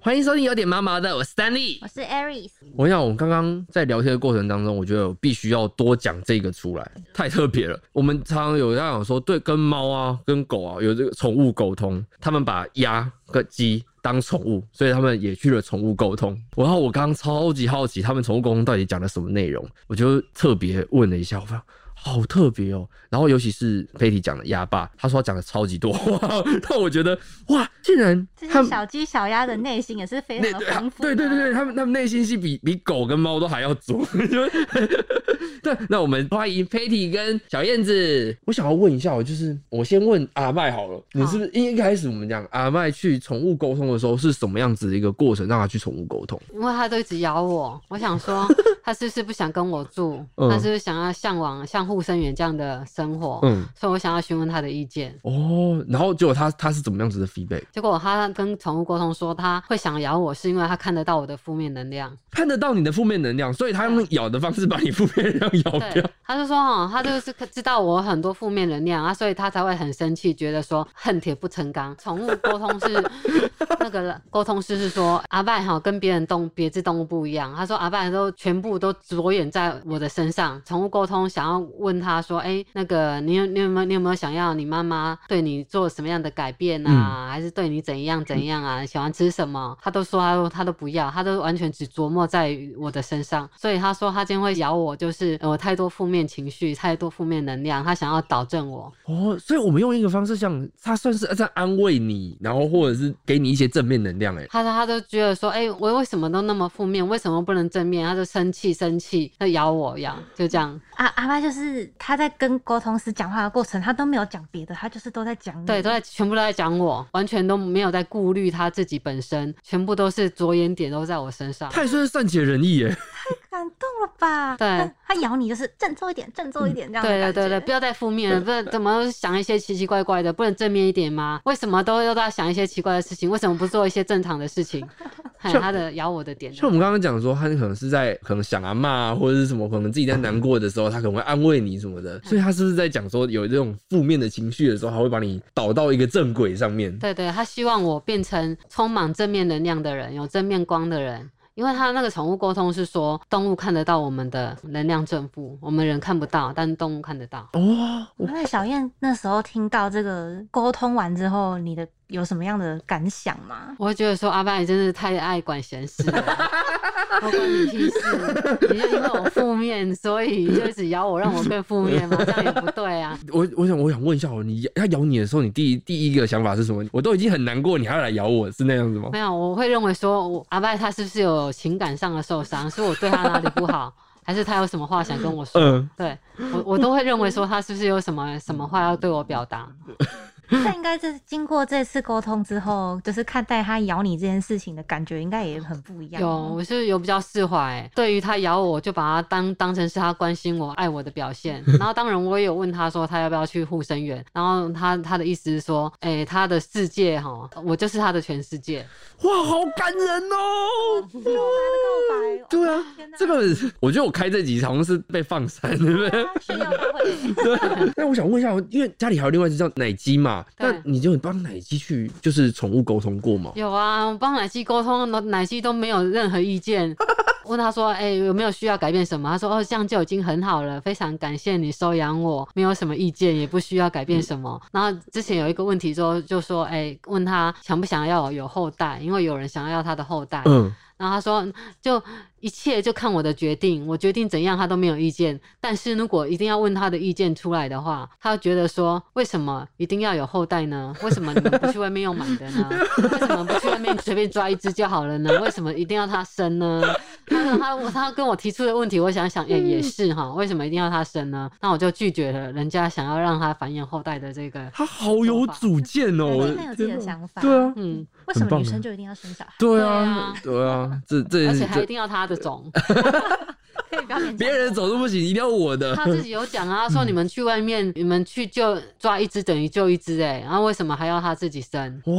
欢迎收听有点妈妈的，我是 Stanley， 我是 Aries。 我想我们刚刚在聊天的过程当中，我觉得我必须要多讲这个出来，太特别了。我们常常有人讲说，对，跟猫啊、跟狗啊有这个宠物沟通，他们把鸭跟鸡当宠物，所以他们也去了宠物沟通。然后我刚刚超级好奇，他们宠物沟通到底讲了什么内容，我就特别问了一下，我发现好特别哦。然后尤其是佩蒂讲的鸭爸，他说他讲的超级多话，让我觉得哇，竟然这些小鸡小鸭的内心也是非常的丰富。 对，他们内心戏比狗跟猫都还要足。对，那我们欢迎佩蒂跟小燕子。我想要问一下，就是我先问阿麦好了，你是不是一开始我们讲阿麦去宠物沟通的时候是什么样子的一个过程，让他去宠物沟通？ 因为他都一直咬我，我想说他是不是不想跟我住，他是不是想要向往像护生员这样的生活？所以我想要询问他的意见。 哦，然后结果他是怎么样子的 feedback？ 结果他跟宠物沟通说，他会想咬我，是因为他看得到我的负面能量， 看得到你的负面能量，所以他用咬的方式把你负面能量咬掉。 他就说他就是知道我很多负面能量啊，所以他才会很生气，觉得说恨铁不成钢。宠物沟通是那个沟通师是说，阿拜跟别只动物不一样。他说阿拜都全部都着眼在我的身上。宠物沟通想要问他说，那个你有没有想要你妈妈对你做什么样的改变啊？还是对你怎样啊？喜欢吃什么？他都说他都不要，他都完全只琢磨在我的身上。所以他说他今天会咬我，就是我太多负面情绪，太多负面能量，他想要导正我。 哦，所以我们用一个方式，像他算是在安慰你，然后或者是给你一些正面能量。 他都觉得说，我为什么都那么负面，为什么不能正面？他就生气，他咬我就这样。 阿爸就是他在跟沟通师讲话的过程，他都没有讲别的，他就是都在讲你。 对，全部都在讲我，完全都没有在顾虑他自己本身，全部都是着眼点都在我身上。 他也算是善解人意耶， 太感动了吧？ 对， 他咬你就是振作一点这样的感觉。 对，不要再负面了，不然怎么想一些奇奇怪怪的，不能正面一点吗？为什么都要想一些奇怪的事情？为什么不做一些正常的事情？他的咬我的点， 像我们刚刚讲说，他可能是可能想阿嬷或者是什么，可能自己在难过的时候，他可能会安慰你什么的，所以他是不是在讲说有这种负面的情绪的时候，他会把你导到一个正轨上面？ 对，他希望我变成充满正面能量的人，有正面光的人。因为他那个宠物沟通是说，动物看得到我们的能量正负，我们人看不到，但是动物看得到。 那小燕那时候听到这个沟通完之后，你的有什么样的感想吗？ 我会觉得说，阿爸你真是太爱管闲事了，我管你屁事！你就因为我负面，所以就一直咬我，让我更负面吗？这样也不对啊！ 我想问一下，他咬你的时候，你第一个想法是什么？我都已经很难过，你还要来咬我，是那样子吗？ 没有，我会认为说，阿爸他是不是有情感上的受伤？是我对他哪里不好？还是他有什么话想跟我说？对，我都会认为说他是不是有什么话要对我表达？ 但应该是经过这次沟通之后，就是看待他咬你这件事情的感觉，应该也很不一样。 我是有比较释怀，对于他咬我，就把他当成是他关心我、爱我的表现。然后当然我也有问他说，他要不要去护生园？然后他的意思是说，他的世界我就是他的全世界。 哇，好感人哦！ 告白， 对啊，这个我觉得我开这集好像是被放闪，对不对？ 炫耀大会。 对。那我想问一下，因为家里还有另外一只叫奶鸡嘛，那你就帮奶鸡去就是宠物沟通过吗？ 有啊，我帮奶鸡沟通，奶鸡都没有任何意见。问他说，有没有需要改变什么？他说，这样就已经很好了，非常感谢你收养我，没有什么意见，也不需要改变什么。然后之前有一个问题就说，问他想不想要有后代，因为有人想要他的后代。然后他说，就一切就看我的决定，我决定怎样他都没有意见。但是如果一定要问他的意见出来的话，他觉得说，为什么一定要有后代呢？为什么你们不去外面用买的呢？为什么不去外面随便抓一只就好了呢？为什么一定要他生呢？他跟我提出的问题，我想想，也是哈，为什么一定要他生呢？那我就拒绝了人家想要让他繁衍后代的这个。 他好有主见哦， 很有自己的想法。 对啊， 为什么女生就一定要生小孩？ 对啊， 而且还一定要他的种。 别人的种都不行，一定要我的。 他自己有讲啊，他说你们去外面，你们去就抓一只等于救一只，然后为什么还要他自己生？ 哇，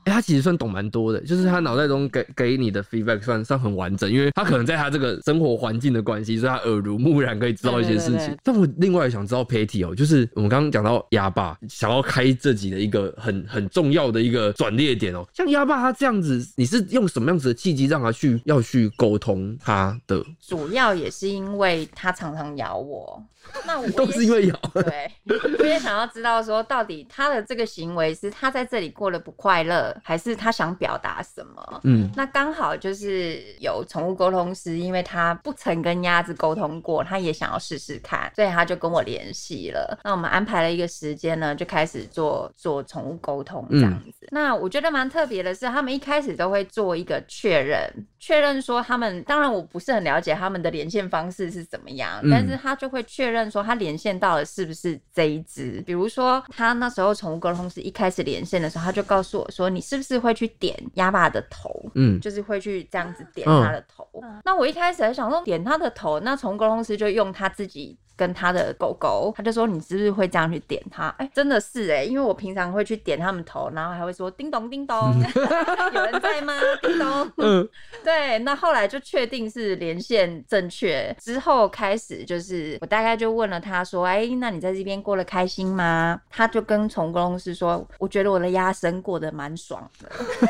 他其实算懂蛮多的，就是他脑袋中给你的 feedback 算很完整，因为他可能在他这个生活环境的关系，所以他耳濡目染可以知道一些事情。 对， 但我另外想知道 Patty 哦，就是我们刚刚讲到鸭爸想要开这集的一个很重要的一个转捩点哦，像鸭爸他这样子，你是用什么样子的契机让他要去沟通他的？ 主要也是因为他常常咬我，那我都是因为咬。 对，我也想要知道说，到底他的这个行为是他在这里过得不快乐，还是他想表达什么？那刚好就是有宠物沟通师，因为他不曾跟鸭子沟通过，他也想要试试看，所以他就跟我联系了。那我们安排了一个时间呢，就开始做宠物沟通这样子。那我觉得蛮特别的是，他们一开始都会做一个确认说他们，当然我不是很了解他们的连线方式是怎么样，但是他就会确认说他连线到的是不是这一只。比如说他那时候宠物沟通师一开始连线的时候，他就告诉我说，你是不是会去点鸭爸的头，就是会去这样子点他的头。那我一开始还想说点他的头，那宠物沟通师就用他自己跟他的狗狗，他就说你是不是会这样去点它？真的是因为我平常会去点他们头，然后还会说叮咚叮咚有人在吗？叮咚对，那后来就确定是连线正确之后，开始就是我大概就问了他说，那你在这边过得开心吗？他就跟宠物沟通师说，我觉得我的鸭生过得蛮爽的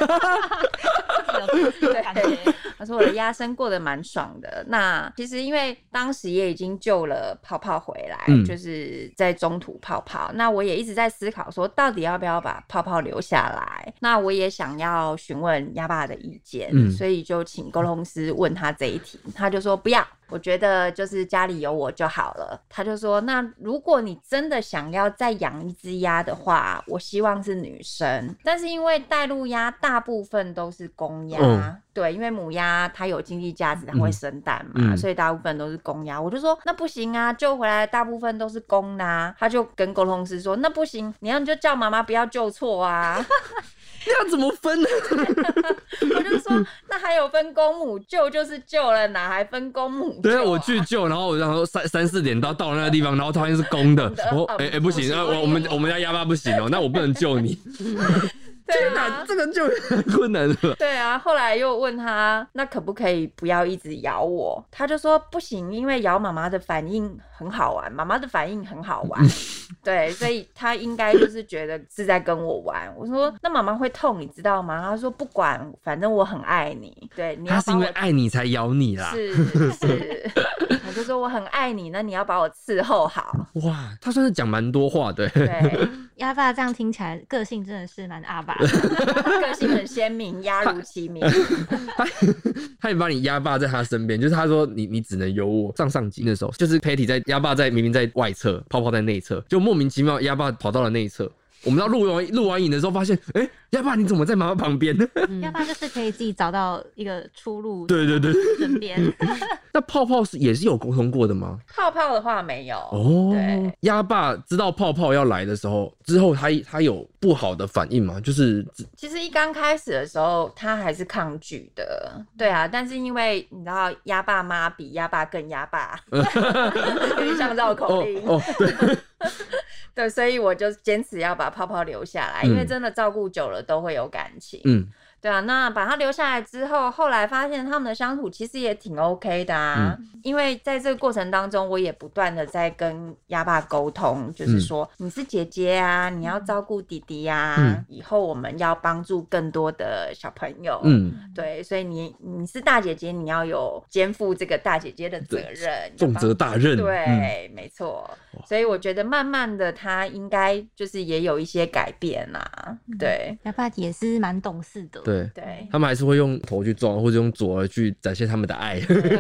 对，他说我的鸭生过得蛮爽的。那其实因为当时也已经救了泡泡回来，就是在中途泡泡，那我也一直在思考说到底要不要把泡泡留下来。那我也想要询问鸭爸的意见，所以就请沟通师问他这一题，他就说不要，我觉得就是家里有我就好了。他就说那如果你真的想要再养一只鸭的话，我希望是女生，但是因为带路鸭大部分都是公鸭，对，因为母鸭它有经济价值，它会生蛋嘛，所以大部分都是公鸭。我就说那不行啊，救回来的大部分都是公的啊。他就跟沟通师说那不行，你就叫妈妈不要救错啊那怎么分呢？ 我就说那还有分公母，救就是救了，哪还分公母救啊？ 对，我去救，然后我然后3-4点到了那个地方，然后他发现是公的，不行，我们家鸭爸不行那我不能救你。天哪，这个就很困难了。 对啊，后来又问他，那可不可以不要一直咬我？他就说不行，因为咬妈妈的反应很好玩，妈妈的反应很好玩，对，所以他应该就是觉得是在跟我玩。我说那妈妈会痛，你知道吗？他说不管，反正我很爱你。对，你要他是因为爱你才咬你啦。 是，我就说我很爱你，那你要把我伺候好。 哇，他算是讲蛮多话的。 对， 鸭爸这样听起来个性真的是蛮阿爸的个性很鲜明，鸭如其名。 他也把你鸭爸在他身边，就是他说你只能有我。上集那时候，就是 Patty 在鸭爸明明在外侧，泡泡在内侧，就莫名其妙鸭爸跑到了内侧。我们到录完影的时候发现，鸭爸你怎么在妈妈旁边呢？ 鸭爸就是可以自己找到一个出路。 对身边。 那泡泡也是有沟通过的吗？ 泡泡的话没有对，鸭爸知道泡泡要来的时候，之后他有不好的反应吗？就是其实一刚开始的时候，他还是抗拒的，对啊。但是因为你知道，鸭爸妈比鸭爸更鸭爸，有点像绕口令。对。对，所以我就坚持要把泡泡留下来，因为真的照顾久了都会有感情。对啊，那把它留下来之后，后来发现他们的相处其实也挺 OK 的啊。因为在这个过程当中，我也不断的在跟鸭爸沟通，就是说你是姐姐啊，你要照顾弟弟啊，以后我们要帮助更多的小朋友。对，所以你是大姐姐，你要有肩负这个大姐姐的责任， 重责大任。 对，没错。所以我觉得慢慢的他应该就是也有一些改变啦。对， 鸭爸也是蛮懂事的。 对， 他们还是会用头去撞，或者用左耳去展现他们的爱。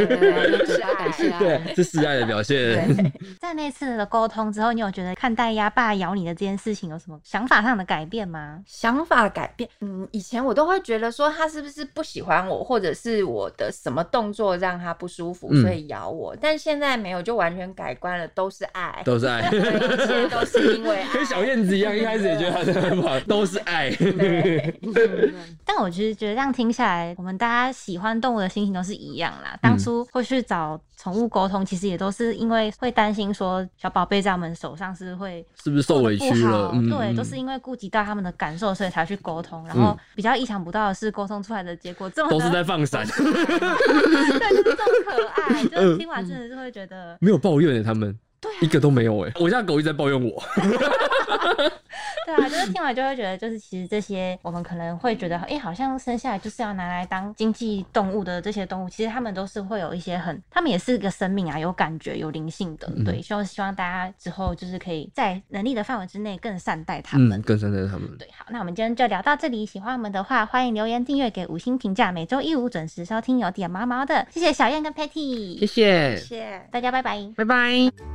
对， 是示爱的表现。 在那次的沟通之后，你有觉得看待鸭爸咬你的这件事情有什么想法上的改变吗？ 想法改变，以前我都会觉得说他是不是不喜欢我，或者是我的什么动作让他不舒服，所以咬我。但现在没有，就完全改观了，都是爱。 都是爱， 对，一切都是因为爱。 跟小燕子一样，一开始也觉得他很好，都是爱。 对， 但我其实觉得这样听下来，我们大家喜欢动物的心情都是一样啦。当初会去找宠物沟通，其实也都是因为会担心说小宝贝在我们手上是会是不是受委屈了？ 对，都是因为顾及到他们的感受，所以才去沟通。然后比较意想不到的是，沟通出来的结果这么都是在放闪， 对，就是这么可爱，就是听完真的是会觉得没有抱怨他们。 对啊， 一个都没有我家狗一直在抱怨我。 对啊，就是听完就会觉得，就是其实这些我们可能会觉得，好像生下来就是要拿来当经济动物的这些动物，其实他们都是会有一些他们也是个生命啊，有感觉、有灵性的。对，希望大家之后就是可以在能力的范围之内更善待他们， 更善待他们。 对，好，那我们今天就聊到这里。喜欢我们的话，欢迎留言、订阅、给5星评价。每周1、5准时收听有点毛毛的，谢谢小燕跟 Patty， 谢谢， 谢谢大家，拜拜， 拜拜。